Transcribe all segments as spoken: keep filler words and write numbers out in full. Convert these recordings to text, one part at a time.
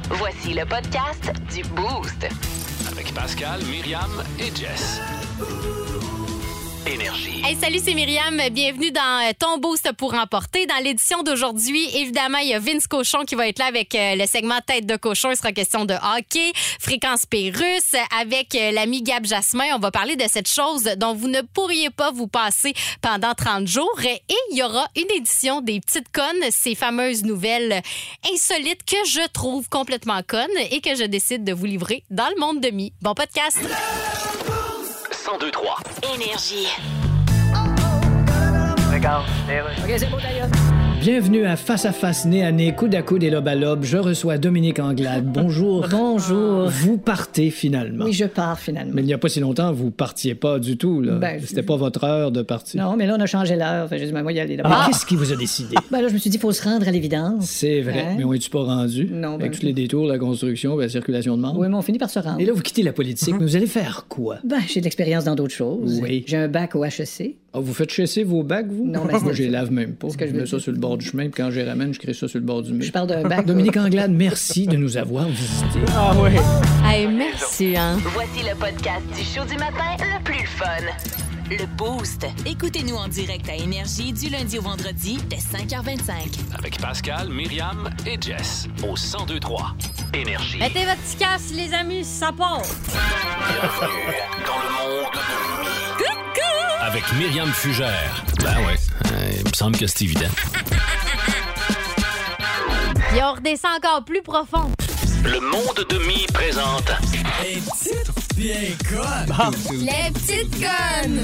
Voici le podcast du Boost. Avec Pascal, Myriam et Jess. Énergie. Hey, salut, c'est Myriam. Bienvenue dans Ton Boost pour remporter. Dans l'édition d'aujourd'hui, évidemment, il y a Vince Cochon qui va être là avec euh, le segment Tête de cochon. Il sera question de hockey, fréquence Pérusse. Avec euh, l'ami Gab Jasmin, on va parler de cette chose dont vous ne pourriez pas vous passer pendant trente jours. Et il y aura une édition des Petites Connes, ces fameuses nouvelles insolites que je trouve complètement connes et que je décide de vous livrer dans le monde de mi. Bon podcast! cent deux trois. Énergie. Regarde, OK, c'est beau d'ailleurs. Bienvenue à Face à Face, nez à nez, coude à coude et lobe à lobe. Je reçois Dominique Anglade. Bonjour. Bonjour. Vous partez finalement. Oui, je pars finalement. Mais il n'y a pas si longtemps, vous partiez pas du tout. Là. Ben, C'était je... pas votre heure de partir. Non, mais là, on a changé l'heure. Fait, j'ai dit, ben, moi, y aller là. Ah, Ah! qu'est-ce qui vous a décidé? Ben là, je me suis dit, il faut se rendre à l'évidence. C'est vrai, Hein? mais on est-tu pas rendu? Non, ben... Avec tous les détours, la construction, la circulation de membres? Oui, mais on finit par se rendre. Et là, vous quittez la politique, mais vous allez faire quoi? Ben, j'ai de l'expérience dans d'autres choses. Oui. J'ai un bac au H E C. Ah, vous faites chasser vos bacs, vous? Non, mais moi, je les lave même pas. Ce que je je mets veux ça dire. sur le bord du chemin, puis quand je les ramène, je crée ça sur le bord du mur. Je parle d'un bac. Dominique Anglade, merci de nous avoir visités. Ah oui. Hey, merci, hein? Voici le podcast du show du matin le plus fun. Le Boost. Écoutez-nous en direct à Énergie du lundi au vendredi dès cinq heures vingt-cinq. Avec Pascal, Myriam et Jess. Au cent deux trois. Énergie. Mettez votre petit casque, les amis, ça part! Bienvenue dans le monde de Mi. Avec Myriam Fugère. Ben ouais, euh, il me semble que c'est évident. Et on redescend encore plus profond. Le monde de Mi présente. Les petites connes!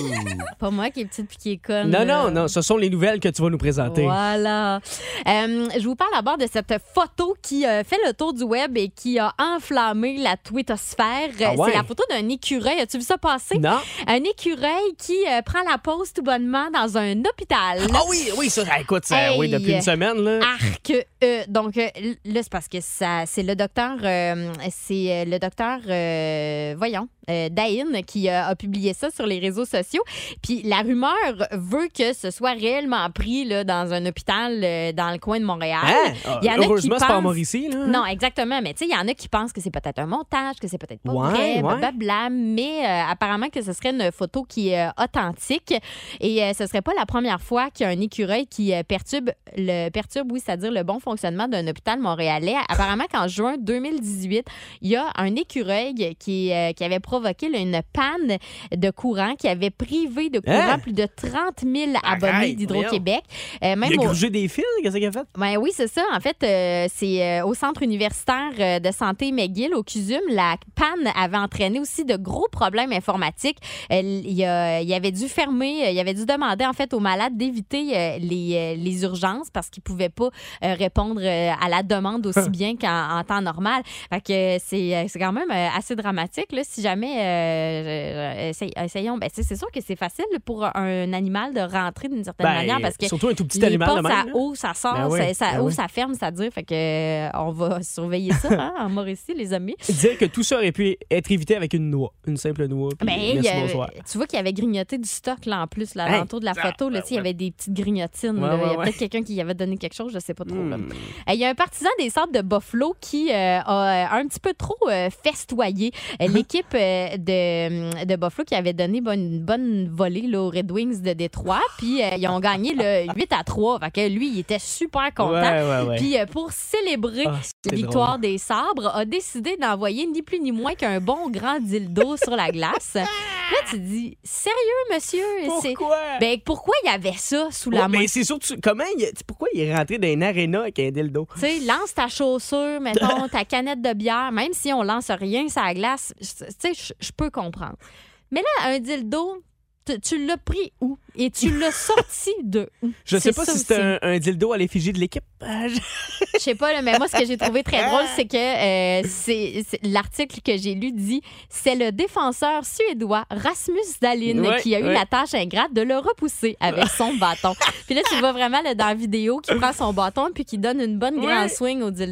Pas moi qui est petite puis qui est conne. Non, non, euh. non, ce sont les nouvelles que tu vas nous présenter. Voilà. Euh, je vous parle d'abord de cette photo qui euh, fait le tour du web et qui a enflammé la twittosphère. Ah ouais? C'est la photo d'un écureuil. As-tu vu ça passer? Non. Un écureuil qui euh, prend la pause tout bonnement dans un hôpital. Ah oui, oui, ça, ah, écoute, ça, Hey. oui, depuis une semaine, là. Arc. Euh, donc, euh, là, c'est parce que ça, c'est le docteur, euh, c'est euh, le docteur, euh, voyons, euh, Daïn qui euh, a publié ça sur les réseaux sociaux. Puis la rumeur veut que ce soit réellement pris là, dans un hôpital euh, dans le coin de Montréal. Hein? Il y en a qui Heureusement, c'est pas à pensent- Mauricie, là. Non, exactement. Mais tu sais, il y en a qui pensent que c'est peut-être un montage, que c'est peut-être pas Ouais, vrai, ouais. blablabla. Mais euh, apparemment que ce serait une photo qui est euh, authentique. Et euh, ce serait pas la première fois qu'il y a un écureuil qui euh, perturbe, le, perturbe, oui, c'est-à-dire le bon fonctionnement d'un hôpital montréalais. Apparemment qu'en juin deux mille dix-huit, il y a un écureuil qui, euh, qui avait provoqué là, une panne de courant, qui avait privé de courant Hein? plus de trente mille Arrête, abonnés d'Hydro-Québec. Euh, même Il a au- grugé des fils, qu'est-ce qu'il a fait? ben oui, c'est ça. En fait, euh, c'est euh, au Centre universitaire euh, de santé McGill, au C U S U M. La panne avait entraîné aussi de gros problèmes informatiques. Euh, il, y a- il avait dû fermer, euh, il avait dû demander en fait aux malades d'éviter euh, les, euh, les urgences parce qu'ils ne pouvaient pas euh, répondre euh, à la demande aussi bien qu'en en temps normal. Fait que euh, c'est, euh, c'est quand même euh, assez dramatique. Là, si jamais euh, euh, essaye- essayons, ben, tu sais, c'est sûr que c'est facile pour un animal de rentrer d'une certaine Ben, manière parce que surtout un tout petit les animal de portes, même, ça là. ouvre, ça sort, Ben oui, ça, ça ben ouvre, oui. ça ferme, c'est-à-dire. Fait que, euh, on va surveiller ça hein, en Mauricie, les amis. Dire que tout ça aurait pu être évité avec une noix, une simple noix. puis Ben, il y merci, a- bonsoir. tu vois qu'il y avait grignoté du stock là, en plus, là, Hey, alentour de la ça, photo. Là, ben tu sais, il y avait des petites grignotines. Ouais, là. Il y a ouais, ouais. peut-être quelqu'un qui y avait donné quelque chose, je sais pas trop. là. Hmm. Euh, Il y a un partisan des Sables de Buffalo qui euh, a un petit peu trop euh, festoyé euh, l'équipe euh, de, de Buffalo qui avait donné bon, une bonne volée là, aux Red Wings de Détroit. Puis euh, ils ont gagné le huit à trois. Fait que lui, il était super content. Ouais, ouais, ouais. Puis euh, pour célébrer Ah, la c'est victoire drôle. des Sabres, a décidé d'envoyer ni plus ni moins qu'un bon grand dildo sur la glace. Là, tu te dis, sérieux, monsieur? C'est- Pourquoi? Ben, pourquoi il y avait ça sous Ouais, la main? mais c'est surtout, comment il, tu sais, pourquoi il est rentré dans une aréna avec un dildo? Tu sais, lance ta chaussure, mettons, ta canette de bière, même si on lance rien sur la glace, tu sais, je- je peux comprendre. Mais là, un dildo, tu, tu l'as pris où? Et tu l'as sorti de où? Je sais C'est pas ça si c'était aussi. un, un dildo à l'effigie de l'équipe. Ah, je- Je sais pas, là, mais moi, ce que j'ai trouvé très drôle, c'est que euh, c'est, c'est- l'article que j'ai lu dit c'est le défenseur suédois Rasmus Dahlin Ouais, qui a eu ouais. la tâche ingrate de le repousser avec son bâton. Puis là, tu le vois vraiment là, dans la vidéo qui prend son bâton puis qui donne une bonne grande Ouais. swing au dildo.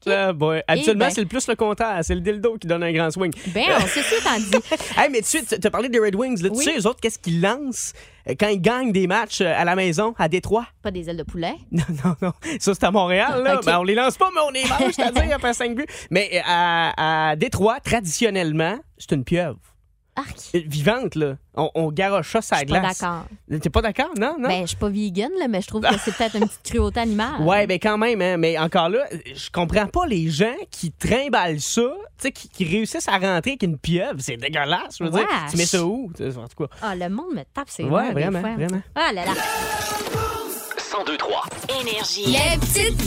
Ah boy. Habituellement, ben. c'est le plus le contraire. C'est le dildo qui donne un grand swing. Ben, on ceci étant dit. Hey, mais tu sais, tu as parlé des Red Wings. Là, Oui. Tu sais, eux autres, qu'est-ce qu'ils lancent euh, quand ils gagnent des matchs euh, à la maison, à Détroit? Pas des ailes de poulet. Non, non, non. Ça, c'est à Montréal. Là. OK. Ben, on les lance pas, mais on les mange, c'est-à-dire après cinq buts. Mais euh, à, à Détroit, traditionnellement, c'est une pieuvre. Arc. Euh, Vivante, là. On, on garoche ça sur Je la suis pas glace. d'accord. T'es pas d'accord? Non, non? Ben, je suis pas vegan, là, mais je trouve que c'est peut-être une petite cruauté animale. Ouais, ben quand même, hein. Mais encore là, je comprends pas les gens qui trimballent ça, tu sais, qui, qui réussissent à rentrer avec une pieuvre. C'est dégueulasse, je veux dire. Wesh. Tu mets ça où? En tout cas. Ah, le monde me tape ses Ouais, nerfs, des vraiment, fois. vraiment. Ah là là. cent deux trois. Énergie. Les petites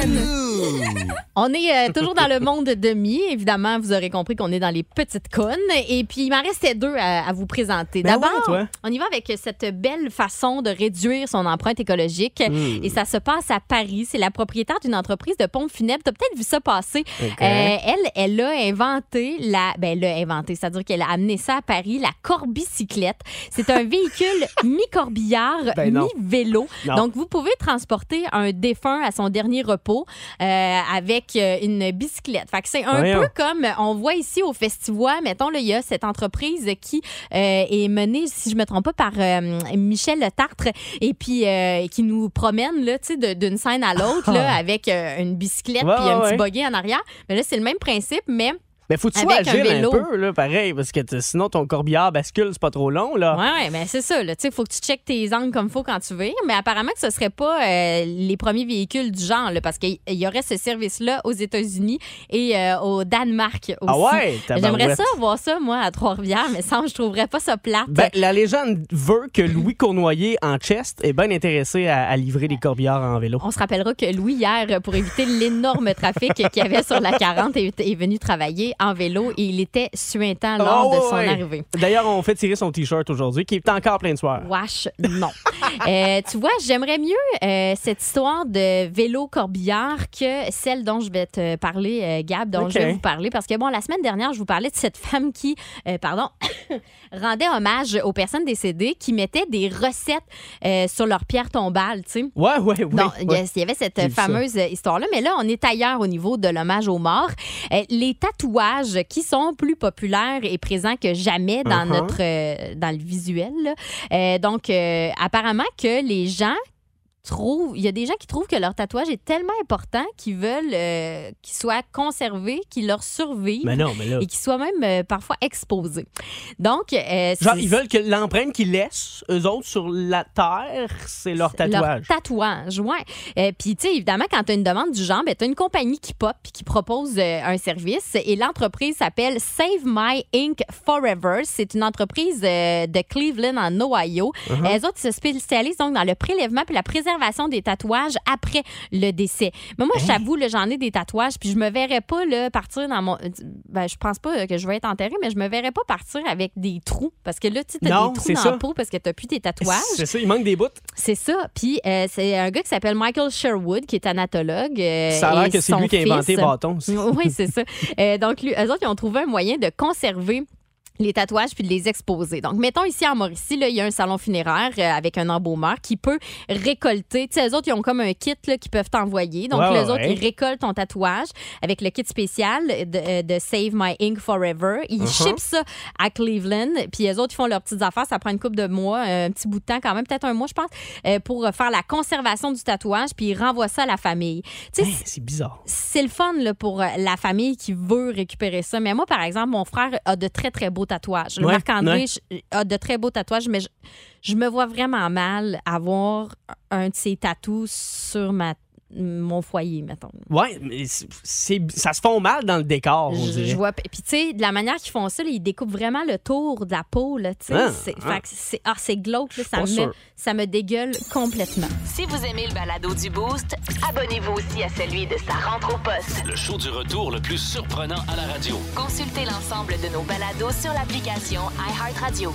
connes! On est euh, toujours dans le monde de Mi. Évidemment, vous aurez compris qu'on est dans les petites connes. Et puis, il m'en restait deux à, à vous présenter. Ben D'abord, ouais, toi. on y va avec cette belle façon de réduire son empreinte écologique. Mm. Et ça se passe à Paris. C'est la propriétaire d'une entreprise de pompes funèbres. Tu as peut-être vu ça passer. OK. Euh, elle, elle a inventé la... Ben, elle l'a inventé, c'est-à-dire qu'elle a amené ça à Paris, la corbicyclette. C'est un véhicule mi-corbillard, Ben non. mi-vélo. Non. Donc, vous pouvez transporter un défunt à son dernier repos euh, avec euh, une bicyclette. Fait que c'est un Voyons. peu comme on voit ici au Festivois. Mettons, là, il y a cette entreprise qui euh, est menée, si je me trompe pas, par euh, Michel Le Tartre et puis euh, qui nous promène là, tu sais, de- d'une scène à l'autre là, avec euh, une bicyclette Ouais, puis un ouais, petit ouais. buggy en arrière. Mais là, c'est le même principe, mais Mais faut que tu sois Avec un agile un, vélo. peu, là, pareil, parce que t- sinon ton corbillard bascule, c'est pas trop long, là. ouais, ouais, mais c'est ça. Il faut que tu checkes tes angles comme il faut quand tu vires. Mais apparemment que ce ne serait pas euh, les premiers véhicules du genre, là, parce qu'il y aurait ce service-là aux États-Unis et euh, au Danemark aussi. Ah ouais? J'aimerais tabarouette. ça voir ça, moi, à Trois-Rivières, mais ça, je trouverais pas ça plate. Ben, la légende veut que Louis Cournoyer, en chest, est bien intéressé à, à livrer des corbillards en vélo. On se rappellera que Louis, hier, pour éviter l'énorme trafic qu'il y avait sur la quarante, est, est venu travailler en vélo et il était suintant lors Oh, de son ouais. arrivée. D'ailleurs, on fait tirer son T-shirt aujourd'hui, qui est encore plein de sueur. Wesh, non. Euh, tu vois, j'aimerais mieux euh, cette histoire de vélo corbillard que celle dont je vais te parler, euh, Gab, dont OK. je vais vous parler. Parce que, bon, la semaine dernière, je vous parlais de cette femme qui, euh, pardon, rendait hommage aux personnes décédées qui mettaient des recettes euh, sur leur pierre tombale, tu sais. Ouais, ouais, ouais. Donc, il y a- ouais. il y avait cette J'ai vu ça. fameuse histoire-là, mais là, on est ailleurs au niveau de l'hommage aux morts. Euh, les tatouages qui sont plus populaires et présents que jamais dans Uh-huh. notre euh, dans le visuel. là. Euh, donc, euh, apparemment que les gens trouvent, il y a des gens qui trouvent que leur tatouage est tellement important qu'ils veulent euh, qu'il soit conservé, qu'il leur survive. Mais non, mais là. Et qu'il soit même euh, parfois exposé. Donc, euh, Genre, c'est- ils veulent que l'empreinte qu'ils laissent, eux autres, sur la terre, c'est leur tatouage. Leur tatouage, ouais. Euh, Puis, tu sais, évidemment, quand tu as une demande du genre, ben, tu as une compagnie qui pop puis qui propose euh, un service. Et l'entreprise s'appelle Save My Ink Forever. C'est une entreprise euh, de Cleveland, en Ohio. Uh-huh. Elles autres se spécialisent donc dans le prélèvement puis la préservation des tatouages après le décès. Mais moi, je t'avoue, là, j'en ai des tatouages puis je me verrais pas là, partir dans mon... Ben, je pense pas que je vais être enterrée, mais je me verrais pas partir avec des trous. Parce que là, tu sais, Non, des trous c'est dans ça. la peau parce que t'as plus tes tatouages. C'est ça, il manque des bouts. C'est ça. Puis euh, c'est un gars qui s'appelle Michael Sherwood, qui est anatologue. euh, Ça a l'air et que c'est son lui qui a inventé fils- bâton aussi. Oui, c'est ça. Euh, donc, lui, eux autres, ils ont trouvé un moyen de conserver les tatouages puis de les exposer. Donc, mettons ici en Mauricie, là, il y a un salon funéraire euh, avec un embaumeur qui peut récolter. Tu sais, eux autres, ils ont comme un kit là, qu'ils peuvent t'envoyer. Donc, Ouais, les ouais, autres, ouais. ils récoltent ton tatouage avec le kit spécial de, euh, de Save My Ink Forever. Ils Uh-huh. shippent ça à Cleveland. Puis, les autres, ils font leurs petites affaires. Ça prend une couple de mois, un petit bout de temps quand même, peut-être un mois, je pense, euh, pour faire la conservation du tatouage. Puis, ils renvoient ça à la famille. Tu sais, Hey, c'est bizarre. c'est le fun là, pour euh, la famille qui veut récupérer ça. Mais moi, par exemple, mon frère a de très, très beaux tatouages. Le Ouais, Marc-André ouais. je- a de très beaux tatouages, mais je, je me vois vraiment mal avoir un de ces tatous sur ma, mon foyer, mettons. Ouais, mais c'est, c'est- ça se fond mal dans le décor, on Je, dirait. je vois. Puis, tu sais, de la manière qu'ils font ça, là, ils découpent vraiment le tour de la peau. Là, tu sais. Ah, c'est, ah. fait que c'est, ah, c'est glauque. Là, ça, pas me, sûr. ça me dégueule complètement. Si vous aimez le balado du Boost, abonnez-vous aussi à celui de Sa rentre au poste. Le show du retour le plus surprenant à la radio. Consultez l'ensemble de nos balados sur l'application iHeartRadio.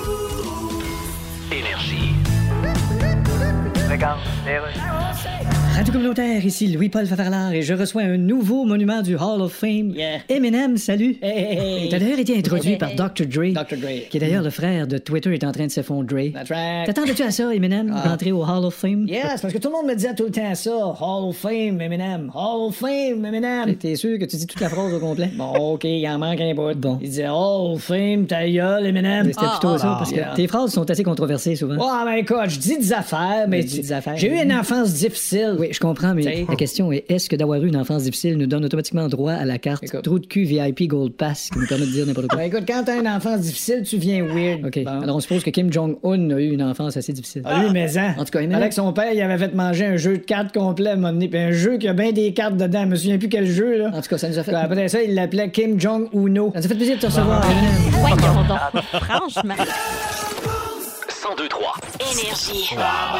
Énergie. Radio communautaire, ici Louis-Paul Favarlard et je reçois un nouveau monument du Hall of Fame. Yeah. Eminem, salut. Hey, hey, hey. Il a d'ailleurs été introduit Hey, hey, par hey. docteur Dre, docteur Dre. qui est d'ailleurs le frère de Twitter est en train de se fondre Dre. That's right. T'attendais-tu à ça, Eminem, Ah. d'entrer au Hall of Fame? Yeah, c'est parce que tout le monde me disait tout le temps ça. Hall of Fame, Eminem. Hall of Fame, Eminem. T'es sûr que tu dis toute la phrase au complet? Bon, OK, il en manque un bout. Bon. Il disait Hall of Fame, ta gueule, Eminem. C'était Ah, plutôt ah, ça, ah, parce que yeah. tes phrases sont assez controversées souvent. Oh, ben écoute, je dis des affaires, mais Mais dis des affaires. j'ai eu une enfance difficile. Oui, je comprends, mais T'sais. la question est est-ce que d'avoir eu une enfance difficile nous donne automatiquement droit à la carte Écoute. Trou de cul V I P Gold Pass qui nous permet de dire n'importe quoi? Ben écoute, quand t'as une enfance difficile, tu viens weird. OK. Bon. Alors, on suppose que Kim Jong-un a eu une enfance assez difficile. Ah, lui, mais hein. En tout cas, Eminem- Avec son père, il avait fait manger un jeu de cartes complet à un moment donné, puis un jeu qui a bien des cartes dedans. Je me souviens plus quel jeu, là. En tout cas, ça nous a fait... Après ça, il l'appelait Kim Jong-Uno. Ça nous a fait plaisir de te recevoir, Eminem. Voyons donc. Franchement. cent deux trois. Énergie.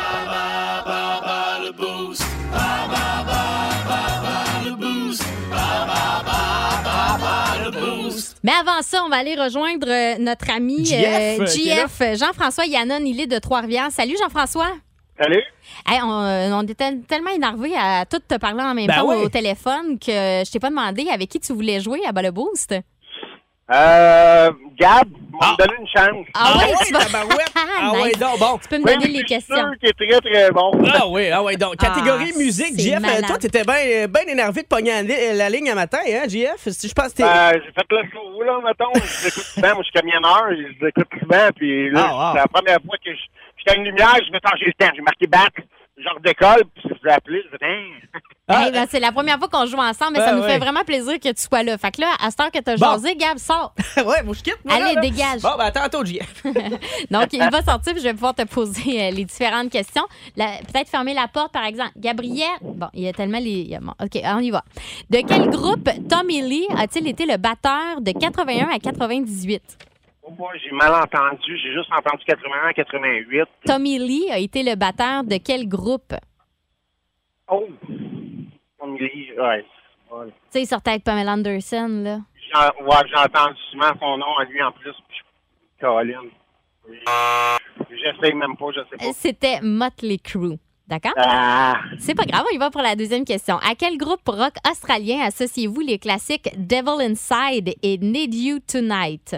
Mais avant ça, on va aller rejoindre euh, notre ami J F, euh, qui est J F, Jean-François Yannon, il est de Trois-Rivières. Salut Jean-François. Salut. Hey, on, euh, on était tellement énervés à tout te parler en même Ben temps ouais. au téléphone que je t'ai pas demandé avec qui tu voulais jouer à Bas le Boost. Euh, Gab, Ah. me donner une chance. Ah, ouais, tu vas... tabarouette. Ah ouais, Nice. donc, bon. Tu peux me Même donner si les je suis questions. sûr qu'il est très, très bon. Ah oui, ah oui, donc, catégorie Ah, musique, c'est J F, malade. toi, t'étais bien ben énervé de pogner la, li- la ligne à matin, hein, J F? Si je pense que t'es... Euh, j'ai fait le show, là, mettons. Je l'écoute souvent. Moi, je suis camionneur. Je l'écoute souvent. Puis là, Ah, wow. c'est la première fois que je- j'étais à une lumière. Je me suis dit, j'ai le temps. J'ai marqué battre. Genre d'école. Puis je vous ai appelé. Je me suis dit, Ah. Hey, ben, c'est la première fois qu'on joue ensemble, mais ça Ben nous ouais. fait vraiment plaisir que tu sois là. Fait que là, à cette heure que t'as Bon. jasé, Gab, sors. ouais, moi, je quitte. moi, Allez, là, là. dégage. Bon, ben, à tantôt, J F. Donc, il va sortir, puis je vais pouvoir te poser euh, les différentes questions. La- Peut-être fermer la porte, par exemple. Gabriel, bon, il y a tellement les... il y a- bon, OK, on y va. De quel groupe Tommy Lee a-t-il été le batteur de quatre-vingt-un à quatre-vingt-dix-huit? oh, boy, j'ai mal entendu. J'ai juste entendu quatre-vingt-un, quatre-vingt-huit. Tommy Lee a été le batteur de quel groupe? Oh! On me lit. Ouais. Ouais. Tu sais, il sortait avec Pamela Anderson, là. J'ai ouais, j'ai entendu souvent son nom à lui en plus. Puis, Caroline. J'essaye même pas. Je sais pas. C'était Motley Crue. D'accord? Ah! C'est pas grave, on y va pour la deuxième question. À quel groupe rock australien associez-vous les classiques Devil Inside et Need You Tonight?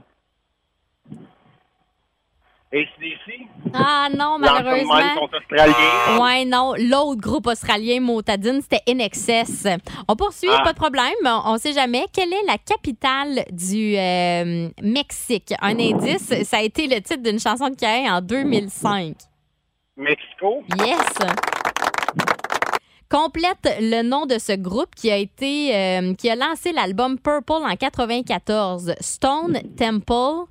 A C D C? Ah non, Ils malheureusement. sont australiens. Ouais, non. L'autre groupe australien, Motadine, c'était In Excess. On poursuit, Ah. pas de problème. On, on sait jamais. Quelle est la capitale du euh, Mexique? Un indice, ça a été le titre d'une chanson de Caïn en deux mille cinq. Mexico? Yes! Complète le nom de ce groupe qui a été euh, qui a lancé l'album Purple en quatre-vingt-quatorze. Stone Temple.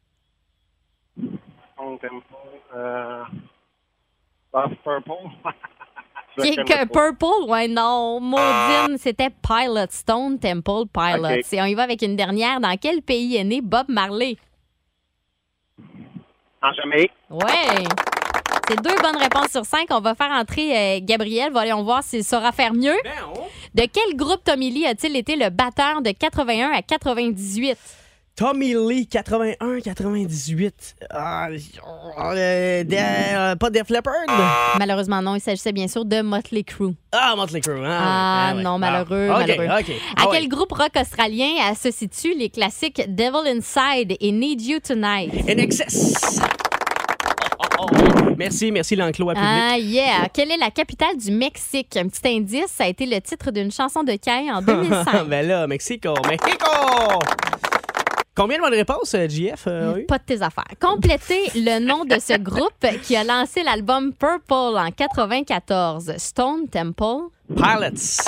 On t'aime pas. Euh... Buff Purple? Je Qui est connais que pas. Purple? Ouais, non. Maudine, c'était Pilot. Stone Temple Pilots. Ok. Et on y va avec une dernière. Dans quel pays est né Bob Marley? En Jamaïque? Ouais. C'est deux bonnes réponses sur cinq. On va faire entrer euh, Gabriel. Voyons voir s'il saura faire mieux. Ben, on... De quel groupe Tommy Lee a-t-il été le batteur de quatre-vingt-un à quatre-vingt-dix-huit? Tommy Lee, quatre-vingt-un quatre-vingt-dix-huit. Ah, euh, de- euh, pas Def Leppard? Malheureusement, non. Il s'agissait bien sûr de Motley Crue. Ah, Motley Crue. Ah, Ah, ouais, ouais. non, malheureux, Ah, OK, malheureux. OK. À Ah, quel ouais. groupe rock australien associe-tu les classiques Devil Inside et Need You Tonight? In Excess. Oh, oh, oh. Merci, merci l'enclos à public. Ah, yeah! Quelle est la capitale du Mexique? Un petit indice, ça a été le titre d'une chanson de Caïn en deux mille cinq. ben là, Mexico, Mexico! Combien de bonnes réponses, euh, J F? euh, a eu? Pas de tes affaires. Complétez le nom de ce groupe qui a lancé l'album Purple en quatre-vingt-quatorze. Stone Temple. Pilots.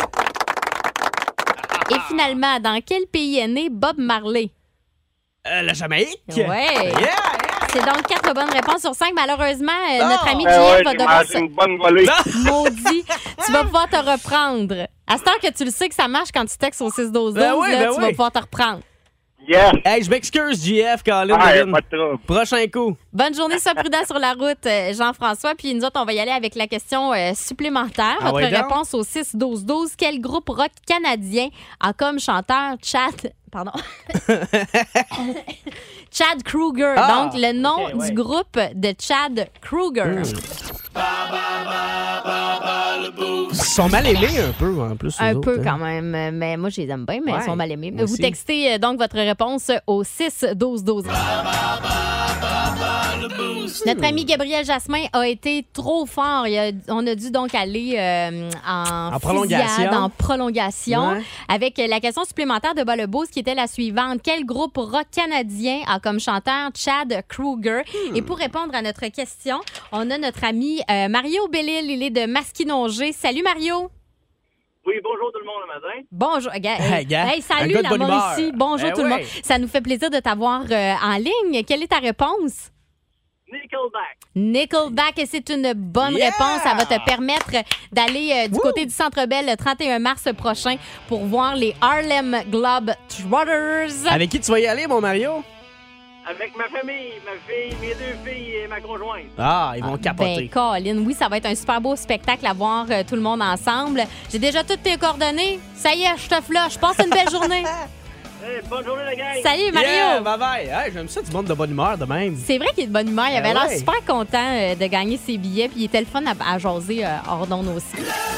Et finalement, dans quel pays est né Bob Marley? Euh, la Jamaïque? Ouais. Yeah, yeah. C'est donc quatre bonnes réponses sur cinq. Malheureusement, euh, Non. notre ami Ben J F ouais, va j'ai devoir mangé se... une bonne volée. Maudit, tu vas pouvoir te reprendre. À ce temps que tu le sais que ça marche quand tu textes au six douze douze, Ben oui, là, ben tu oui. vas pouvoir te reprendre. Yes! Hey, je m'excuse, J F, Colin. Ah, y a Devine. pas de trouble. Prochain coup. Bonne journée, sois prudent sur la route, euh, Jean-François. Puis nous autres, on va y aller avec la question euh, supplémentaire. Ah Votre ouais, donc. réponse au six douze douze. Quel groupe rock canadien a comme chanteur Chad... Pardon. Chad Kruger. Ah, Donc, le nom ok, ouais. du groupe de Chad Kruger. sont mal aimés un peu, en plus. Un autres, peu hein. quand même, mais moi, je les aime bien, mais Ouais, ils sont mal aimés. moi Vous aussi. textez euh, donc votre réponse au six douze douze. Notre ami Gabriel Jasmin a été trop fort. Il a- on a dû donc aller euh, en, En prolongation. fusillade, en prolongation, Ouais. avec la question supplémentaire de Bas le Boost qui était la suivante. Quel groupe rock canadien a comme chanteur Chad Kruger? Hmm. Et pour répondre à notre question, on a notre ami euh, Mario Bellil. Il est de Masquinongé. Salut Mario! Oui, bonjour tout le monde le matin. Bonjour, gars. Hey, gars, Hey, un salut gars de la bonne humeur. Mauricie. Bonjour Eh tout le ouais. monde. Ça nous fait plaisir de t'avoir euh, en ligne. Quelle est ta réponse? Nickelback. Nickelback, et c'est une bonne Yeah! réponse. Ça va te permettre d'aller euh, du Woo! côté du Centre Bell le trente et un mars prochain pour voir les Harlem Globetrotters. Avec qui tu vas y aller, mon Mario? Avec ma famille, ma fille, mes deux filles et ma conjointe. Ah, ils vont capoter. Ben, Colin, oui, ça va être un super beau spectacle à voir euh, tout le monde ensemble. J'ai déjà toutes tes coordonnées. Ça y est, je te flush. Passe une belle journée. Hey, bonne journée, la gang. Salut, Mario. Yeah, bye bye. Hey, j'aime ça, du monde de bonne humeur de même. C'est vrai qu'il est de bonne humeur. Il avait Ben l'air ouais. super content euh, de gagner ses billets. Puis il était le fun à, à jaser euh, hors d'onde aussi.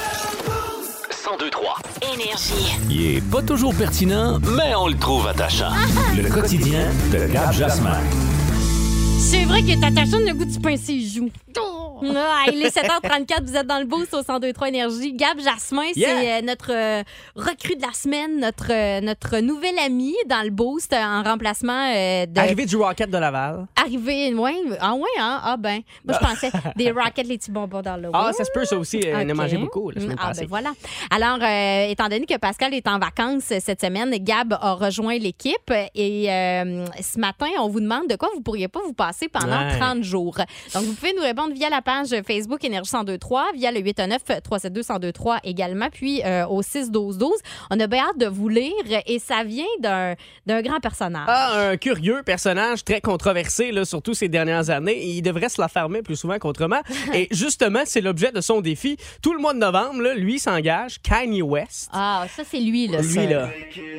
cent deux trois. Énergie. Il est pas toujours pertinent, mais on le trouve attachant. Le quotidien de Gab Jasmin. C'est vrai qu'il est attachant le goût du pain ses joues. Ah, il est sept heures trente-quatre, vous êtes dans le boost au cent deux trois Énergie. Gab Jasmin, Yeah. c'est euh, notre euh, recrue de la semaine, notre, euh, notre nouvel ami dans le boost euh, en remplacement euh, de... Arrivé du Rocket de Laval. Arrivé, ouais. Ah ouais, hein? Ah ben, moi je pensais des Rockets, les petits bonbons dans le Ah, ça se peut, ça aussi. euh, On a OK. mangé beaucoup la semaine Ah, passée. ben voilà. Alors, euh, étant donné que Pascal est en vacances euh, cette semaine, Gab a rejoint l'équipe et euh, ce matin, on vous demande de quoi vous pourriez pas vous passer pendant Ouais. trente jours. Donc, vous pouvez nous répondre via la page Facebook Énergie cent deux trois, via le huit un neuf, trois sept deux, un zéro deux trois également, puis euh, au six douze douze. On a bien hâte de vous lire et ça vient d'un d'un grand personnage. Ah, un curieux personnage très controversé, là, surtout ces dernières années. Il devrait se la fermer plus souvent qu'autrement. Et justement, c'est l'objet de son défi. Tout le mois de novembre, là, lui s'engage, Kanye West. Ah, ça, c'est lui, là. Lui, ça. là.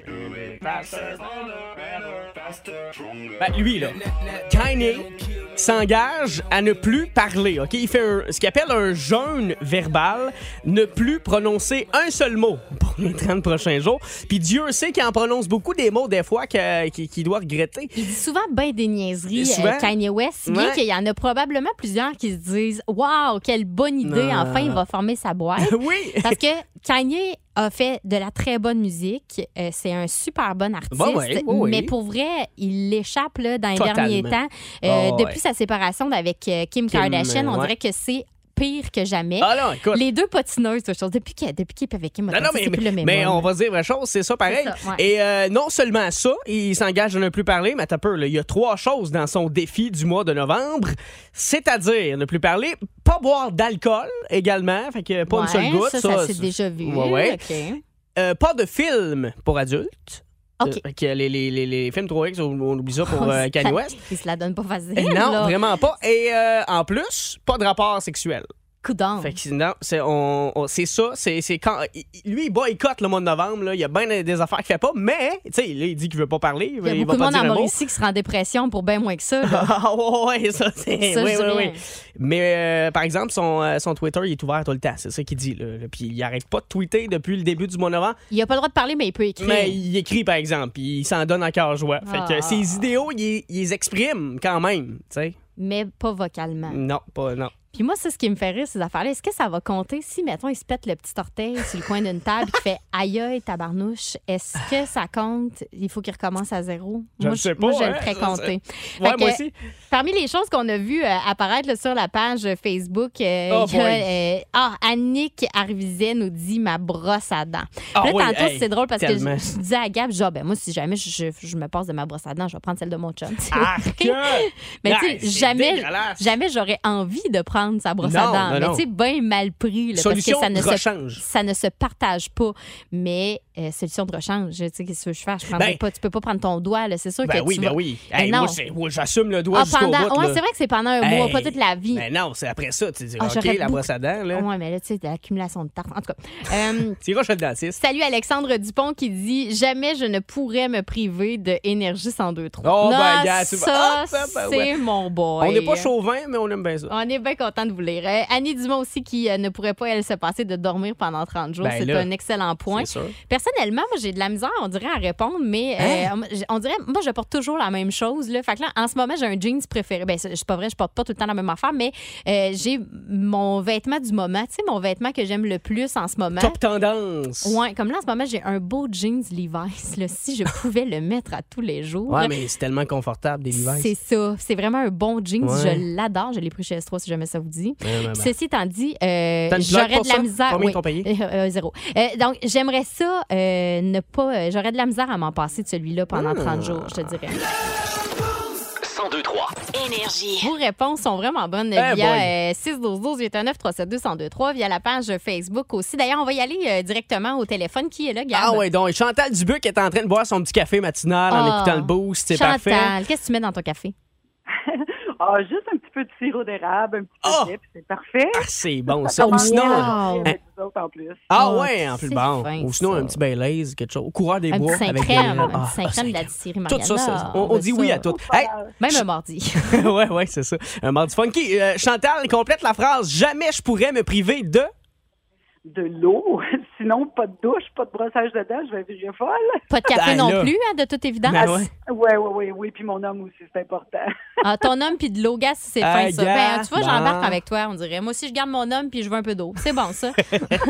Ben, lui, là. Kanye s'engage à ne plus parler, OK? Il fait un- ce qu'il appelle un jeûne verbal, ne plus prononcer un seul mot pour les trente prochains jours. Puis Dieu sait qu'il en prononce beaucoup des mots, des fois, que- qu'il qu'il doit regretter. Il dit souvent ben des niaiseries, Souvent. euh, Kanye West, si bien Ouais. qu'il y en a probablement plusieurs qui se disent « Wow, quelle bonne idée, Non. enfin, il va former sa boîte. » Oui! Parce que Kanye a fait de la très bonne musique. Euh, c'est un super bon artiste. Bon, ouais, oui, oui. Mais pour vrai, il l'échappe là, dans les Totalement. derniers temps. Euh, Oh, ouais. depuis sa séparation avec euh, Kim, Kim, Kardashian, euh, on ouais. dirait que c'est pire que jamais. Ah non, écoute. Les deux patineuses, cette chose, depuis qu'il depuis qu'il est avec Kim, Non, non, mais, c'est plus le même mais homme. on va se dire la chose, c'est ça pareil. C'est ça, ouais. Et euh, non seulement ça, il s'engage à ne plus parler, mais t'as peur, là, il y a trois choses dans son défi du mois de novembre, c'est-à-dire ne plus parler, pas boire d'alcool également, fait que pas une Ouais, seule goutte. ça, ça, s'est déjà vu. Ouais, ouais. OK. Euh, pas de film pour adultes. OK. Euh, fait que les, les, les, les films trois X, on, on oublie ça pour euh, Kanye West. Il se la donne pas facile. Eh non, là. vraiment pas. Et euh, en plus, pas de rapport sexuel. Coudonc. Fait que non, c'est on, on- c'est ça, c'est c'est quand il- lui il boycotte le mois de novembre là, il y a bien des affaires qu'il fait pas, mais tu sais là, il dit qu'il veut pas parler, Il y a il beaucoup va de pas monde dire en un mot. Mauricie qui sera en dépression pour bien moins que ça. là. Ah ouais, ça c'est Ça, oui, je oui, dirais. oui. Mais euh, par exemple son, euh, son Twitter il est ouvert tout le temps, c'est ça qu'il dit là. Là. Puis il arrête pas de tweeter depuis le début du mois de novembre, Il a pas le droit de parler, mais il peut écrire. mais il écrit par exemple, puis il s'en donne à cœur joie. Fait que Ah. ses idéaux il, il les exprime quand même, tu sais. Mais pas vocalement. Non, pas non. Puis moi, c'est ce qui me fait rire, ces affaires-là. Est-ce que ça va compter si, mettons, il se pète le petit orteil sur le coin d'une table et qu'il fait aïe aïe, tabarnouche? Est-ce que ça compte? Il faut qu'il recommence à zéro? Je moi, le sais moi, pas, je hein, le ferais ça, compter. Ouais, Fait moi que, aussi. Parmi les choses qu'on a vues euh, apparaître là, sur la page Facebook, euh, Oh il y a, boy. euh, ah, Annick Arvizet nous dit ma brosse à dents. Ah Puis là, oui, tantôt, hey, c'est drôle parce tellement. que je, je disais à Gab, genre, ben, moi, si jamais je, je- je me passe de ma brosse à dents, je vais prendre celle de mon chum. Ah, que... Mais Ah, tu sais, c'est jamais, dégueulasse. jamais j'aurais envie de prendre sa brosse Non, à dents. non, mais non. tu sais, bien mal pris. Là, Solution parce que de ça ne, se, rechange. ça ne se partage pas. Mais euh, solution de rechange, tu sais, qu'est-ce que je fais? Je prendrais Ben- pas, tu peux pas prendre ton doigt, là. C'est sûr Ben que oui, tu ben vas- oui. Mais Hey, non. moi, c'est- moi, j'assume le doigt Ah, jusqu'au pendant... bout. ouais, là. c'est vrai que c'est pendant un mois, Hey. pas toute la vie. Ben non, c'est après ça. Tu dis, Ah, OK, j'aurais la beaucoup- brosse à dents, là. Ouais, mais là, tu sais, l'accumulation de tarte. En tout cas. euh, Tu iras chez le dentiste. Salut Alexandre Dupont qui dit jamais je ne pourrais me priver de Énergie cent deux trois. Oh, ben, Ah, gars, tu ça, vas- Ah, ça, ben, c'est ouais. mon boy. On n'est pas chauvin, mais on aime bien ça. On est bien content. content de vous lire. Euh, Annie Dumont aussi qui euh, ne pourrait pas, elle, se passer de dormir pendant trente jours. Ben c'est là, un excellent point. c'est sûr. Personnellement, moi, j'ai de la misère, on dirait, à répondre, mais euh, Hein? on dirait, moi, je porte toujours la même chose. Là. Fait que là, en ce moment, j'ai un jeans préféré. Ben, c'est c'est pas vrai, je porte pas tout le temps la même affaire, mais euh, j'ai mon vêtement du moment, tu sais, mon vêtement que j'aime le plus en ce moment. Top tendance. Ouais, comme là, en ce moment, j'ai un beau jeans Levi's. Là, si je pouvais le mettre à tous les jours. Ouais, mais c'est tellement confortable, des Levi's. C'est ça. C'est vraiment un bon jeans. Ouais. Je l'adore. Je l'ai pris chez Estro, si jamais ça vous dit. Ouais, ouais, ouais. Ceci étant dit, euh, T'as une j'aurais plug pour de la ça? misère. Combien oui. t'ont payé? Euh, euh, zéro. Euh, donc, j'aimerais ça euh, ne pas. euh, j'aurais de la misère à m'en passer de celui-là pendant Ah. trente jours, je te dirais. cent deux trois. Énergie. Vos réponses sont vraiment bonnes Eh boy. via euh, six un deux huit un neuf trois sept deux un deux trois, via la page Facebook aussi. D'ailleurs, on va y aller euh, directement au téléphone. Qui est là, Gab? Ah ouais, donc Chantal Dubuc est en train de boire son petit café matinal en Ah. écoutant le boost. C'est Chantal, parfait. qu'est-ce que tu mets dans ton café? Ah, juste un petit peu de sirop d'érable, un petit peu Oh! de lait, puis c'est parfait. Ah, c'est bon ça. Oh, Ou sinon, wow. Avec vous autres en plus. ah Oh, ouais, en plus c'est bon. fin, Ou sinon ça. un petit Baileys, quelque chose. Au coureur des Un bois petit avec Saint-Crème, des- un Ah, petit Saint-Crème ah, de la distillerie Tout ça, ça, Mariana. on, on dit ça. oui à tout. Hey, Même un mardi. ouais, ouais, c'est ça. Un mardi funky. Euh, Chantal, complète la phrase. Jamais je pourrais me priver de. De l'eau. Sinon, pas de douche, pas de brossage de dents, je vais virer folle. Pas de café Ben non là. plus, hein, de toute évidence. Ben ouais. Oui, oui, oui, oui. Puis mon homme aussi, c'est important. Ah, ton homme puis de l'eau, gaz, c'est Ah, fin, ça. gars, Ben, tu vois, j'embarque bon. avec toi, on dirait. Moi aussi, je garde mon homme puis je veux un peu d'eau. C'est bon, ça.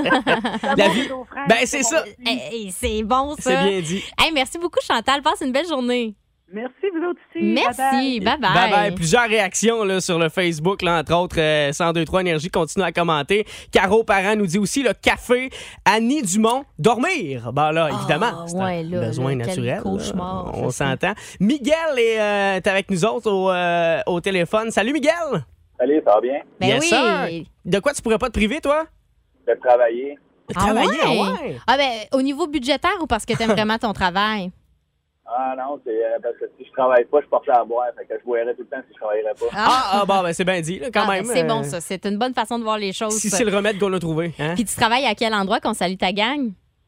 La vie. Ben, c'est ça. Hey, hey, c'est bon, ça. C'est bien dit. Hey, merci beaucoup, Chantal. Passe une belle journée. Merci, vous autres aussi. Merci. Bye-bye. Bye-bye. Bye bye. Plusieurs réactions là, sur le Facebook, là, entre autres. Euh, cent deux trois Énergie continue à commenter. Caro Parent nous dit aussi le café. Annie Dumont, dormir. Ben là, évidemment, Ah, c'est ouais, un là, besoin là, quel naturel. cauchemar, là. je On sais. s'entend. Miguel est, euh, est avec nous autres au, euh, au téléphone. Salut, Miguel. Salut, ça va bien? Ben Yes, oui. sir. De quoi tu pourrais pas te priver, toi? De travailler. De Ah travailler, ouais? ah ouais. Ah ben, au niveau budgétaire ou parce que t'aimes vraiment ton travail? Ah non, c'est euh, parce que si je travaille pas, je porte à boire. Fait que je boirais tout le temps si je travaillerais pas. Ah, ah bon, ben c'est bien dit, là, quand Ah, même. ben, c'est euh, bon, ça. C'est une bonne façon de voir les choses. Si ça. c'est le remède qu'on a trouvé. Hein? Puis tu travailles à quel endroit qu'on salue ta gang?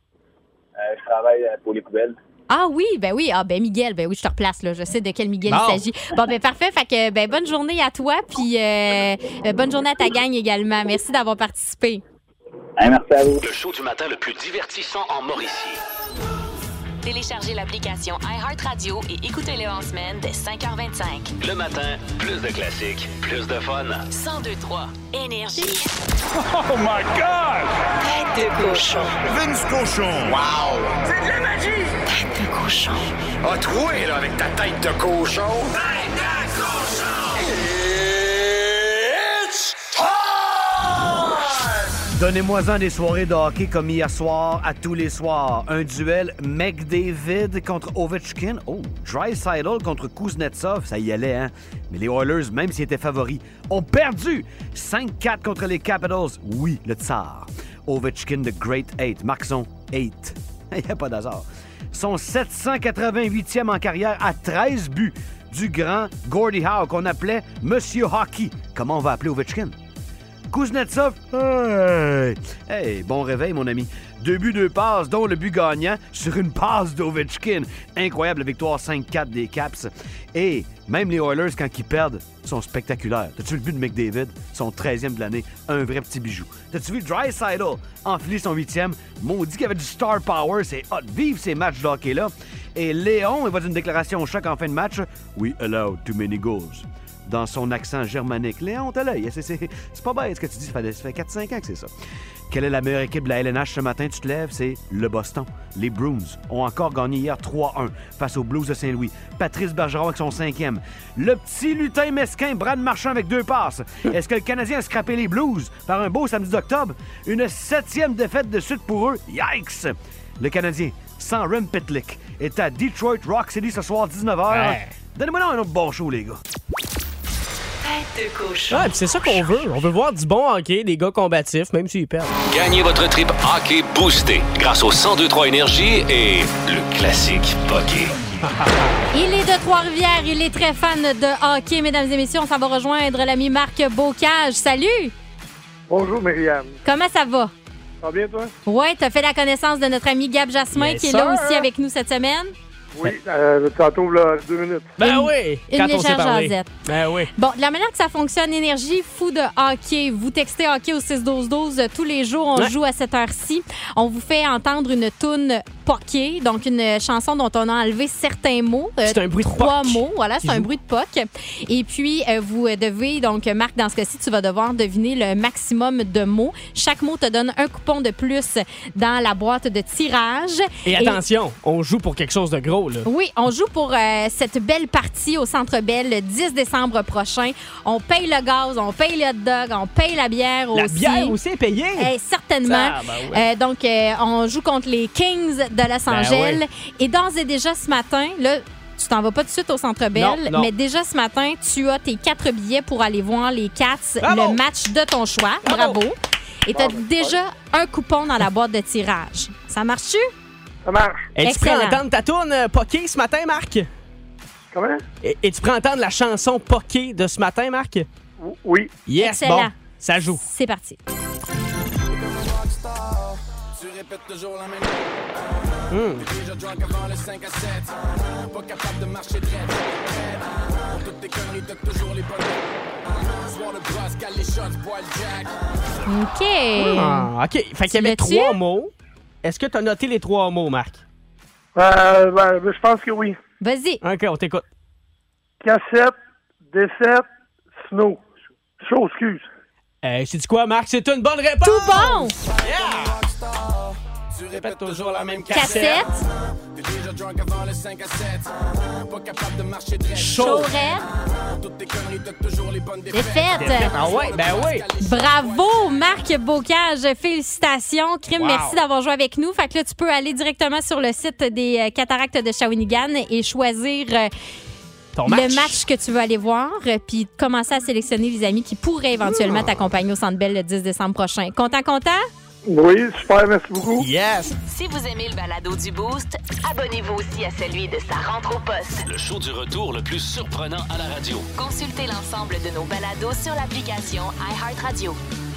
Euh, je travaille euh, pour les poubelles. Ah oui, ben oui. Ah ben Miguel, ben oui, je te replace là. Je sais de quel Miguel Bon. il s'agit. Bon ben parfait. Fait que ben bonne journée à toi, puis euh, euh, bonne journée à ta gang également. Merci d'avoir participé. Hein, merci à vous. Le show du matin le plus divertissant en Mauricie. Téléchargez l'application iHeartRadio et écoutez-le en semaine dès cinq heures vingt-cinq. Le matin, plus de classiques, plus de fun. cent deux trois Énergie. Oh my God! Tête de cochon. Vince Cochon! Wow! C'est de la magie! Tête de cochon. A troué, là, avec ta tête de cochon! Tête de cochon! It's time! Donnez-moi-en des soirées de hockey comme hier soir, à tous les soirs. Un duel McDavid contre Ovechkin. Oh, Draisaitl contre Kuznetsov, ça y allait, hein? Mais les Oilers, même s'ils étaient favoris, ont perdu cinq quatre contre les Capitals. Oui, le tsar. Ovechkin, the Great Eight. Marque son eight. Il n'y a pas d'hasard. Son sept cent quatre-vingt-huitième en carrière à treize buts du grand Gordie Howe qu'on appelait Monsieur Hockey. Comment on va appeler Ovechkin? Kuznetsov, hey! Hey, bon réveil, mon ami. Deux buts, deux passes, dont le but gagnant sur une passe d'Ovechkin. Incroyable victoire cinq quatre des Caps. Et même les Oilers, quand ils perdent, sont spectaculaires. T'as-tu vu le but de McDavid? Son treizième de l'année. Un vrai petit bijou. T'as-tu vu Draisaitl enfiler son huitième? Maudit qu'il y avait du star power. C'est hot. Vive ces matchs de hockey-là. Et Léon, il va d'une déclaration au choc en fin de match. We allowed too many goals. Dans son accent germanique. Léon, t'as l'œil. C'est, c'est, c'est pas bête ce que tu dis. Ça fait, ça fait quatre cinq ans que c'est ça. Quelle est la meilleure équipe de la L N H ce matin? Tu te lèves, c'est le Boston. Les Bruins ont encore gagné hier trois un face aux Blues de Saint-Louis. Patrice Bergeron avec son cinquième. Le petit lutin mesquin, Brad Marchand avec deux passes. Est-ce que le Canadien a scrappé les Blues par un beau samedi d'octobre? Une septième défaite de suite pour eux. Yikes! Le Canadien, sans Rem Pitlick, est à Detroit Rock City ce soir dix-neuf heures. Ouais. Donnez-moi donc un autre bon show, les gars. Tête de cochon. Ouais, puis c'est ça qu'on veut. On veut voir du bon hockey, des gars combatifs, même s'ils perdent. Gagnez votre trip hockey boosté grâce au cent deux trois Énergie et le classique hockey. Il est de Trois-Rivières, il est très fan de hockey, mesdames et messieurs. On s'en va rejoindre l'ami Marc Bocage. Salut! Bonjour, Myriam. Comment ça va? Ça va bien, toi? Ouais, t'as fait la connaissance de notre ami Gab Jasmin Yes, qui est là sir. aussi avec nous cette semaine. Oui, euh, tantôt, là, deux minutes. Ben oui! Une quand on s'est légère parlé. jasette. Ben oui. Bon, de la manière que ça fonctionne, Énergie, fou de hockey. Vous textez hockey au six douze douze. Tous les jours, on Ouais. joue à cette heure-ci. On vous fait entendre une toune poquée, donc une chanson dont on a enlevé certains mots. Euh, C'est un bruit de Trois poc mots, voilà, qui c'est un joue. bruit de poc. Et puis, euh, vous devez, donc, Marc, dans ce cas-ci, tu vas devoir deviner le maximum de mots. Chaque mot te donne un coupon de plus dans la boîte de tirage. Et attention, on joue pour quelque chose de gros, là. Oui, on joue pour euh, cette belle partie au Centre Bell le dix décembre prochain. On paye le gaz, on paye le hot dog, on paye la bière La aussi. bière aussi est payée? Eh, certainement. Ah, ben ouais. Euh, donc, euh, on joue contre les Kings de Los Ben Angeles. ouais. Et d'ores et déjà ce matin, là, tu t'en vas pas tout de suite au Centre Bell, Non, non. mais déjà ce matin, tu as tes quatre billets pour aller voir les Cats, Bravo! le match de ton choix. Bravo! Bravo. Et tu as déjà un coupon dans la boîte de tirage. Ça marche-tu? Ça marche. Et tu prends Excellent. entendre ta tourne euh, Poké ce matin, Marc? Comment? Et, et tu prends entendre la chanson Poké de ce matin, Marc? Oui. Yes, Excellent. bon, ça joue. C'est parti. Tu répètes toujours la même. Hum. Déjà drunk avant le cinq à sept. Pas capable de marcher droit. Pour toutes tes conneries, t'as toujours les bonnes. Soir de brosse, cale les shots, bois le jack. OK. Ah, OK. Fait qu'il y avait l'as-tu? trois mots. Est-ce que tu as noté les trois mots, Marc? Euh, ben, je pense que oui. Vas-y. OK, on t'écoute. Cassette, décette, snow. Chaud, excuse. Euh, sais-tu quoi, Marc? C'est une bonne réponse! Tout bon! Tu répètes toujours la même Cassette. T'es déjà drunk avant le cinq à sept. Pas capable de marcher droit. Chaud. Pour toutes tes conneries, t'as toujours les bonnes défaites. Défaite. Ah ouais, ben oui. Bravo, Marc Bocage. Félicitations. Crime, Wow. merci d'avoir joué avec nous. Fait que là, tu peux aller directement sur le site des euh, cataractes de Shawinigan et choisir euh, Ton match. le match que tu veux aller voir, euh, puis commencer à sélectionner les amis qui pourraient éventuellement t'accompagner au Centre Bell le dix décembre prochain. Content, content? Oui, super, merci beaucoup. Yes! Si vous aimez le balado du Boost, abonnez-vous aussi à celui de sa rentre au poste. Le show du retour le plus surprenant à la radio. Consultez l'ensemble de nos balados sur l'application iHeartRadio.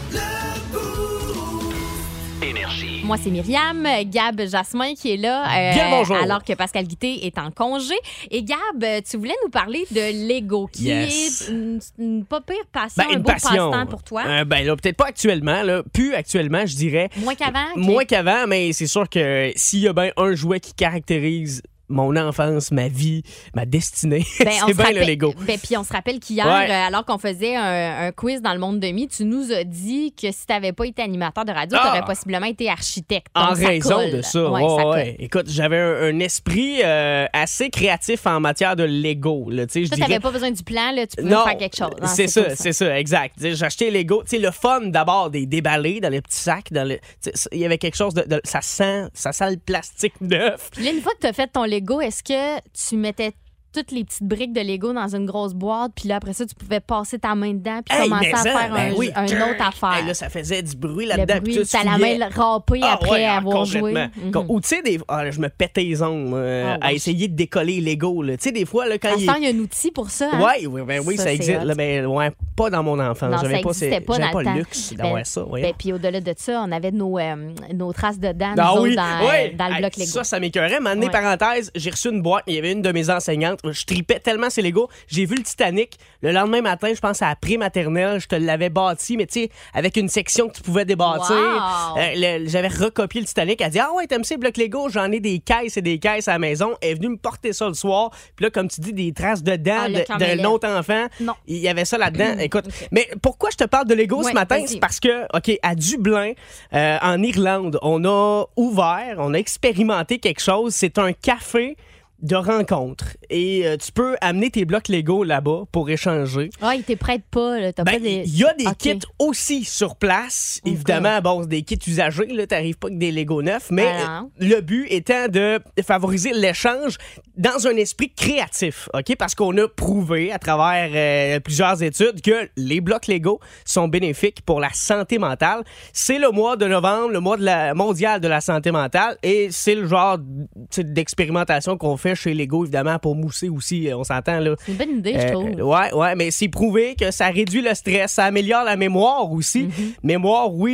Énergie. Moi, c'est Myriam. Gab Jasmin qui est là. euh, Bien le bonjour. Alors que Pascal Guité est en congé. Et Gab, tu voulais nous parler de Lego, qui Yes. est une, une pas pire passion, Ben, un une beau passion. passe-temps pour toi. Euh, ben là, peut-être pas actuellement, là. Plus actuellement, je dirais. Moins qu'avant? ok. Moins qu'avant, mais c'est sûr que s'il y a bien un jouet qui caractérise mon enfance, ma vie, ma destinée, Ben, on c'est se bien rappelle- le Lego. Ben, puis on se rappelle qu'hier, Ouais. euh, alors qu'on faisait un, un quiz dans le monde de mi, tu nous as dit que si tu n'avais pas été animateur de radio, Ah! tu aurais possiblement été architecte. En Donc, ça raison colle. de ça. Ouais, ouais, ça ouais. colle. Écoute, j'avais un, un esprit euh, assez créatif en matière de Lego. Là, tu sais, je Toi, tu dirais- n'avais pas besoin du plan, là, tu pouvais Non, faire quelque chose. Non, c'est pas ça, c'est ça, exact. Tu sais, j'ai acheté Lego. Tu sais, le fun d'abord des déballés dans les petits sacs. Dans le, tu sais, il y avait quelque chose de, de- ça sent, ça sent le plastique neuf. Puis là, une fois que tu as fait ton Lego, est-ce que tu mettais toutes les petites briques de Lego dans une grosse boîte, puis là, après ça, tu pouvais passer ta main dedans, puis Hey, commencer mais à ça, faire ben un, oui. un autre affaire. Hey, là, ça faisait du bruit le là-dedans. bruit, puis tu t'as la fouillais. main râpée Ah, après ouais, ah, avoir joué. complètement. Mhm. Ou tu sais, des... ah, je me pétais les ongles euh, Ah, à ouais. essayer de décoller Lego. Tu sais, des fois, là, quand À ce il temps, il y a un outil pour ça. Hein? Oui, oui, ben oui, Ça, ça, c'est existe. hot. Là, mais ouais, pas dans mon enfance. Non, J'avais ça pas, existait ces- pas j'avais dans pas le le temps. luxe d'avoir Ben, ça. voyons. ben, puis au-delà de ça, on avait nos, euh, nos traces de dents, Ah nous oui, autres, dans, oui. dans le Hey, bloc Lego. Ça, ça m'écœurait. Maintenant, Ouais. parenthèse, j'ai reçu une boîte. Il y avait une de mes enseignantes. Je tripais tellement ces Lego. J'ai vu le Titanic. Le lendemain matin, je pense à la pré-maternelle, je te l'avais bâti, mais tu sais, avec une section que tu pouvais débâtir. Wow. Euh, le- j'avais recopié le Titanic. Elle dit: ah ouais, t'aimes ces blocs Lego? J'en ai des caisses et des caisses à la maison. Elle est venue me porter ça le soir. Puis là, comme tu dis, des traces de dents Ah, le de- camp d'un Mélène. autre enfant. Non. Il y avait ça là-dedans. Écoute, mais pourquoi je te parle de Lego Ouais, ce matin? vas-y. C'est parce que, OK, à Dublin, euh, en Irlande, on a ouvert, on a expérimenté quelque chose. C'est un café de rencontre. Et euh, tu peux amener tes blocs Lego là-bas pour échanger. Ah, ils te prêtent pas. Là. T'as Ben, pas des... il y a des Ok. kits aussi sur place. Évidemment, bon, c'est des kits usagés. Là, t'arrives pas avec des Lego neufs. Mais Ah non. euh, le but étant de favoriser l'échange dans un esprit créatif. OK? Parce qu'on a prouvé à travers euh, plusieurs études que les blocs Lego sont bénéfiques pour la santé mentale. C'est le mois de novembre, le mois de la mondial de la santé mentale. Et c'est le genre tu sais, d'expérimentation qu'on fait chez Lego, évidemment, pour mousser aussi. On s'entend, là. C'est une bonne idée, je Euh, trouve. ouais, ouais, mais c'est prouvé que ça réduit le stress, ça améliore la mémoire aussi. Mm-hmm. Mémoire, oui,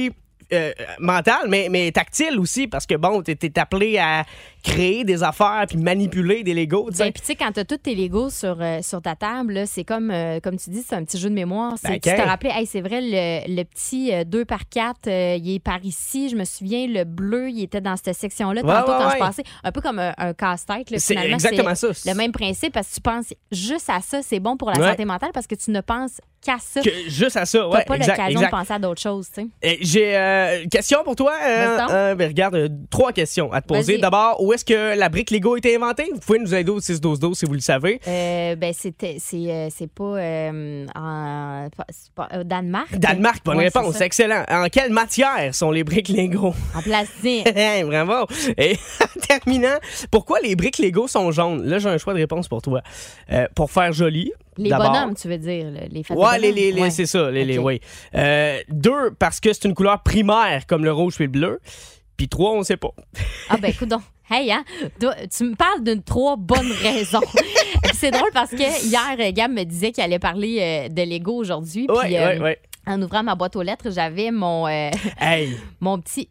euh, mental, mais, mais tactile aussi, parce que bon, t'es, t'es appelé à créer des affaires puis manipuler des Legos. Ben, puis tu sais, quand t'as tous tes Legos sur, euh, sur ta table, là, c'est comme, euh, comme tu dis, c'est un petit jeu de mémoire. C'est, Ben, tu te okay. rappelais, hey, c'est vrai, le, le petit euh, deux par quatre, euh, il est par ici. Je me souviens, le bleu, il était dans cette section-là. Ouais, Tantôt, ouais, quand ouais. je passais, un peu comme un, un casse-tête. Là, C'est finalement, exactement c'est ça. le même principe, parce que tu penses juste à ça, c'est bon pour la Ouais. santé mentale, parce que tu ne penses qu'à ça. Que, juste à ça, T'as ouais. pas exact, l'occasion exact. de penser à d'autres choses, tu sais. Et j'ai euh, une question pour toi. Euh, Vas-y donc. euh, ben, regarde, euh, trois questions à te poser. Vas-y. D'abord, où est-ce que la brique Lego a été inventée? Vous pouvez nous aider au six douze douze si vous le savez. Euh, ben, c'était, c'est, euh, c'est pas euh, en c'est pas, euh, Danemark. Danemark, bonne Ouais, réponse. c'est ça. Excellent. En quelle matière sont les briques Lego? En plastique. Hey, bravo. Et en terminant, pourquoi les briques Lego sont jaunes? Là, j'ai un choix de réponse pour toi. Euh, pour faire joli. Les d'abord. bonhommes, tu veux dire, là, les fêtes de Ouais, bonhommes? les, les, les- Ouais. c'est ça, les, les, Ok. oui. Euh, deux, parce que c'est une couleur primaire comme le rouge et le bleu. Puis trois, on sait pas. Ah ben, écoute donc. Hey, hein, toi, tu me parles d'une trois bonnes raisons. Puis c'est drôle parce que hier, Gab me disait qu'il allait parler euh, de Lego aujourd'hui. Puis Ouais, euh, ouais, ouais. en ouvrant ma boîte aux lettres, j'avais mon, euh, Hey! mon petit...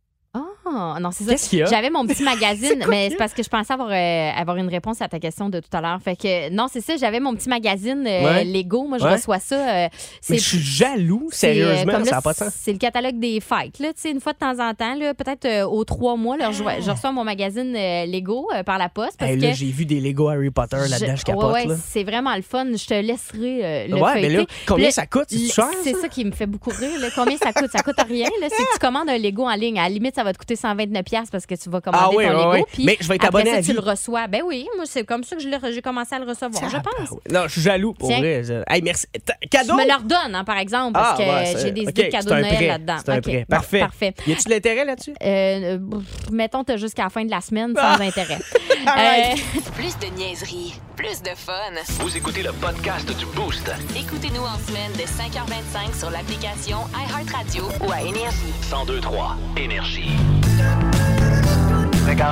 Ah, non, c'est ça. Qu'est-ce qu'il y a? J'avais mon petit magazine, C'est quoi mais qu'il y c'est a? parce que je pensais avoir, euh, avoir une réponse à ta question de tout à l'heure. Fait que, non, c'est ça, j'avais mon petit magazine euh, Ouais. Lego. Moi, je Ouais. reçois ça. euh, c'est Mais je suis jaloux, c'est, euh, sérieusement, comme là, ça n'a pas de sens. C'est le catalogue des fêtes. Là, tu sais, une fois de temps en temps, là, peut-être euh, aux trois mois, là, je, je reçois mon magazine euh, Lego euh, par la poste. Parce Hey, là, que j'ai vu des Lego Harry Potter là-dedans, je capote. ouais, ouais, là. c'est vraiment le fun. Je te laisserai euh, le Ouais, mais feuilleter. là, combien Puis ça coûte? C'est le- cher, C'est ça? ça qui me fait beaucoup rire. Là. Combien ça coûte? Ça coûte rien. Là. C'est que tu commandes un Lego en ligne. À la limite, ça va te coûter cent vingt-neuf dollars parce que tu vas commander Ah oui, ton ouais, Lego. ouais. Puis Mais je vais être après abonné ça, à tu vie. le reçois. Ben oui, moi, c'est comme ça que je l'ai- j'ai commencé à le recevoir, je pense. Non, je suis jaloux, pour Tiens. vrai. Je- Hey, merci. T- Je Cadeau? me le redonne, hein, par exemple, parce Ah, que ouais, c'est- j'ai des ok, idées de cadeaux c'est de un Noël prêt. là-dedans. C'est un OK, prêt. bon, Parfait. parfait. Y a-tu de l'intérêt là-dessus? Euh, pff, mettons, t'as jusqu'à la fin de la semaine sans Ah! intérêt. Alright. Euh, Plus de niaiserie, plus de fun. Vous écoutez le podcast du Boost. Écoutez-nous en semaine de cinq heures vingt-cinq sur l'application iHeartRadio ou à Énergie. cent deux trois Énergie. Regarde,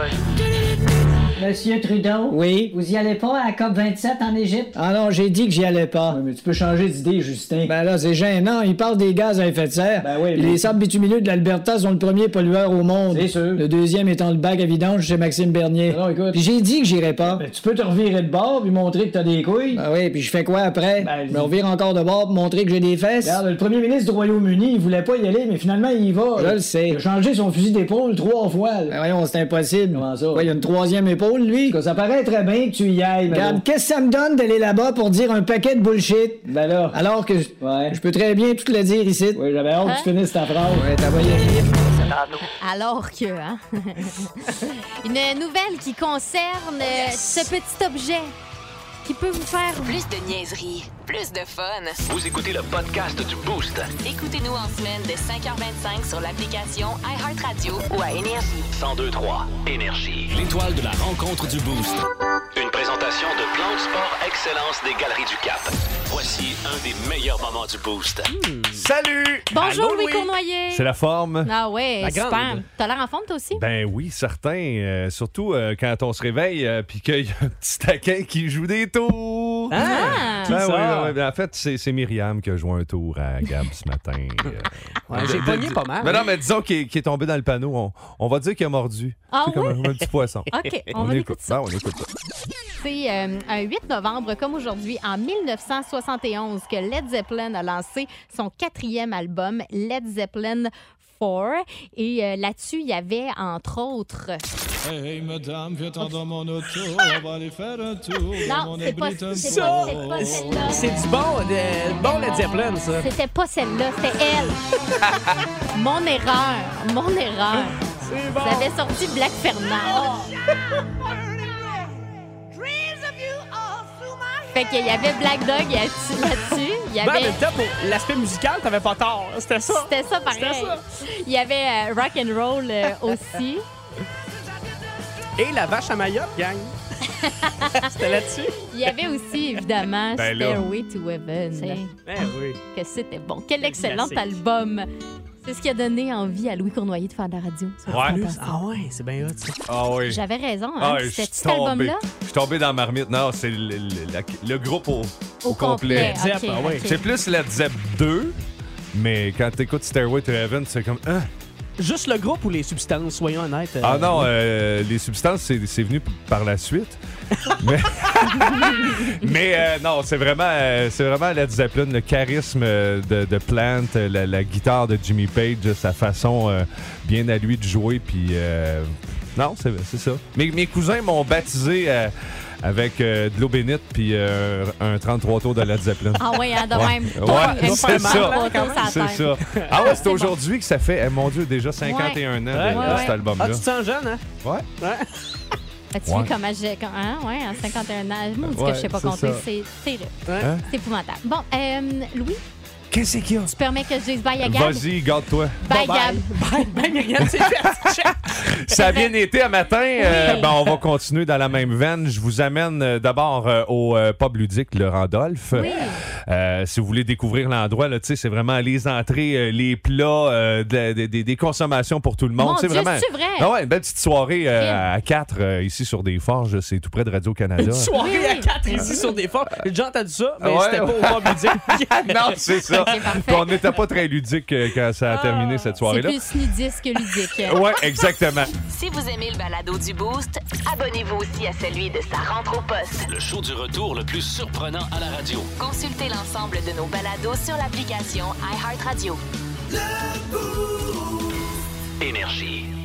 Monsieur Trudeau. Oui. Vous y allez pas à la COP vingt-sept en Égypte? Ah non, j'ai dit que j'y allais pas. Mais tu peux changer d'idée, Justin. Ben là, c'est gênant. Ils parlent des gaz à effet de serre. Ben oui, Puis mais- les sables bitumineux de l'Alberta sont le premier pollueur au monde. C'est sûr. Le deuxième étant le bac à vidange chez Maxime Bernier. Non, écoute. Puis j'ai dit que j'irais pas. Ben, tu peux te revirer de bord puis montrer que t'as des couilles. Ah oui, puis je fais quoi après? Ben, je me revire encore de bord pour montrer que j'ai des fesses? Regarde, le premier ministre du Royaume-Uni, il voulait pas y aller, mais finalement, il y va. Je le sais. Il a changé son fusil d'épaule trois fois. là. Ben voyons, c'est impossible. Comment ça? Ouais, il y a une troisième épaule, lui. Ça paraît très bien que tu y ailles, mais Regarde, bon. qu'est-ce que ça me donne d'aller là-bas pour dire un paquet de bullshit? Ben là. Alors que je- Ouais. je peux très bien tout le dire ici. Oui, j'avais hâte Hein? que tu finisses ta phrase. Ouais, t'as voyé. Alors que, hein? Une nouvelle qui concerne euh, ce petit objet qui peut vous faire... Plus de niaiserie, plus de fun. Vous écoutez le podcast du Boost. Écoutez-nous en semaine de cinq heures vingt-cinq sur l'application iHeartRadio ou à Énergie. cent deux trois Énergie. L'étoile de la rencontre du Boost. Une présentation de Plan de Sport Excellence des Galeries du Cap. Voici un des meilleurs moments du Boost. Salut! Bonjour, Allô, Louis Louis. Cournoyer. C'est la forme? Ah ouais, La super. grande. T'as l'air en forme, toi aussi? Ben oui, certain. Euh, surtout euh, quand on se réveille euh, puis qu'il y a un petit taquin qui joue des tours. Ah! Qui Ben ça? oui, ben oui. Ben en fait, c'est, c'est Myriam qui a joué un tour à Gab ce matin. Euh, Ouais, j'ai de- pogné de- pas mal. Mais non, mais disons qu'il est, qu'il est tombé dans le panneau. On, on va dire qu'il a mordu. Ah c'est comme oui? un, un petit poisson. OK, on, va écouter ça. Ben, on écoute ça. C'est euh, un huit novembre, comme aujourd'hui, en dix-neuf cent soixante et onze, que Led Zeppelin a lancé son quatrième album, Led Zeppelin quatre. Et euh, là-dessus, il y avait, entre autres... Hey, hey, madame, viens-t'en dans mon auto, on va aller faire un tour. Non, mon c'est pas- abri c'est tempo. pas- c'est pas celle-là. C'est du bon, de, bon Led Zeppelin, ça. C'était pas celle-là, c'était elle. Mon erreur, mon erreur. C'est bon. Ça avait sorti Black Fernand. Fait qu'il y avait Black Dog là-dessus. là-dessus. Il y Ben, en avait... même temps, pour l'aspect musical, t'avais pas tort. C'était ça. C'était ça, pareil. C'était ça. Il y avait euh, Rock and Roll euh, aussi. Et la vache à Mayotte, gang. C'était là-dessus. Il y avait aussi, évidemment, Ben là. Stairway to Heaven. Ben oui. Que c'était bon. Quel excellent classique. album. C'est ce qui a donné envie à Louis Cournoyer de faire de la radio. sur Ouais. Fantastique. Ah ouais, c'est bien hot, ça. Ah oui. J'avais raison, Ah, hein? je C'était suis cet tombé. album-là? Je suis tombé dans la marmite. Non, c'est le, le- la- le groupe au, Au complet. Zepp, OK, ah ouais. OK. C'est plus Led Zepp deux, Mais quand t'écoutes Stairway to Heaven, c'est comme... Hein? Juste le groupe ou les substances, soyons honnêtes? Euh, Ah non, oui. euh, les substances, c'est, c'est venu p- par la suite. mais mais euh, non, c'est vraiment, euh, c'est vraiment Led Zeppelin, le charisme euh, de, de Plant, euh, la, la guitare de Jimmy Page, sa façon euh, bien à lui de jouer. Puis euh, non, c'est, c'est ça. Mes, mes cousins m'ont baptisé euh, avec euh, de l'eau bénite puis euh, un trente-trois tours de Led Zeppelin. Ah oui, hein, de Ouais. même. Ouais, Une c'est fois, ça. trois tours sur la C'est tête. ça. Ah ouais, c'est C'est bon. aujourd'hui que ça fait, eh, mon Dieu, déjà cinquante et un ans Ouais, de, ouais, de ouais. cet album-là. Ah, tu te sens jeune, hein? Ouais. Ouais. As-tu Ouais. vu comment j'ai. quand- Hein, ouais, à cinquante et un ans. Moi, on dit Ouais, que je sais pas c'est compter. ça. C'est terrible. Hein? C'est épouvantable. Bon, euh, Louis, Qu'est-ce qu'il y a? tu permets que je dise bye à Gab? Vas-y, garde-toi. Bye, Bye, Gab. Bye, bye, Myriam, c'est fait. Ça a bien été à matin. Euh, ben, on va continuer dans la même veine. Je vous amène euh, d'abord euh, au euh, pub ludique Le Randolph. Oui. Euh, si vous voulez découvrir l'endroit, là, tu sais, c'est vraiment les entrées, euh, les plats, euh, de- de- de- des consommations pour tout le monde. Mon c'est Dieu, vraiment. c'est-tu vrai? Ah ouais, une belle petite soirée euh, Crime. à quatre euh, ici sur des Forges. C'est tout près de Radio-Canada. Une soirée Oui, oui. à quatre ici sur des forts. J'ai déjà entendu ça, mais Ouais. c'était pas au pub ludique. non, c'est ça. Ok, parfait. Puis on n'était pas très ludique euh, quand ça a terminé cette C'est soirée-là. plus nudiste que ludique. Ouais, exactement. Si vous aimez le balado du Boost, abonnez-vous aussi à celui de Sa rentre au poste. Le show du retour le plus surprenant à la radio. Consultez l'ensemble de nos balados sur l'application iHeartRadio. Énergie.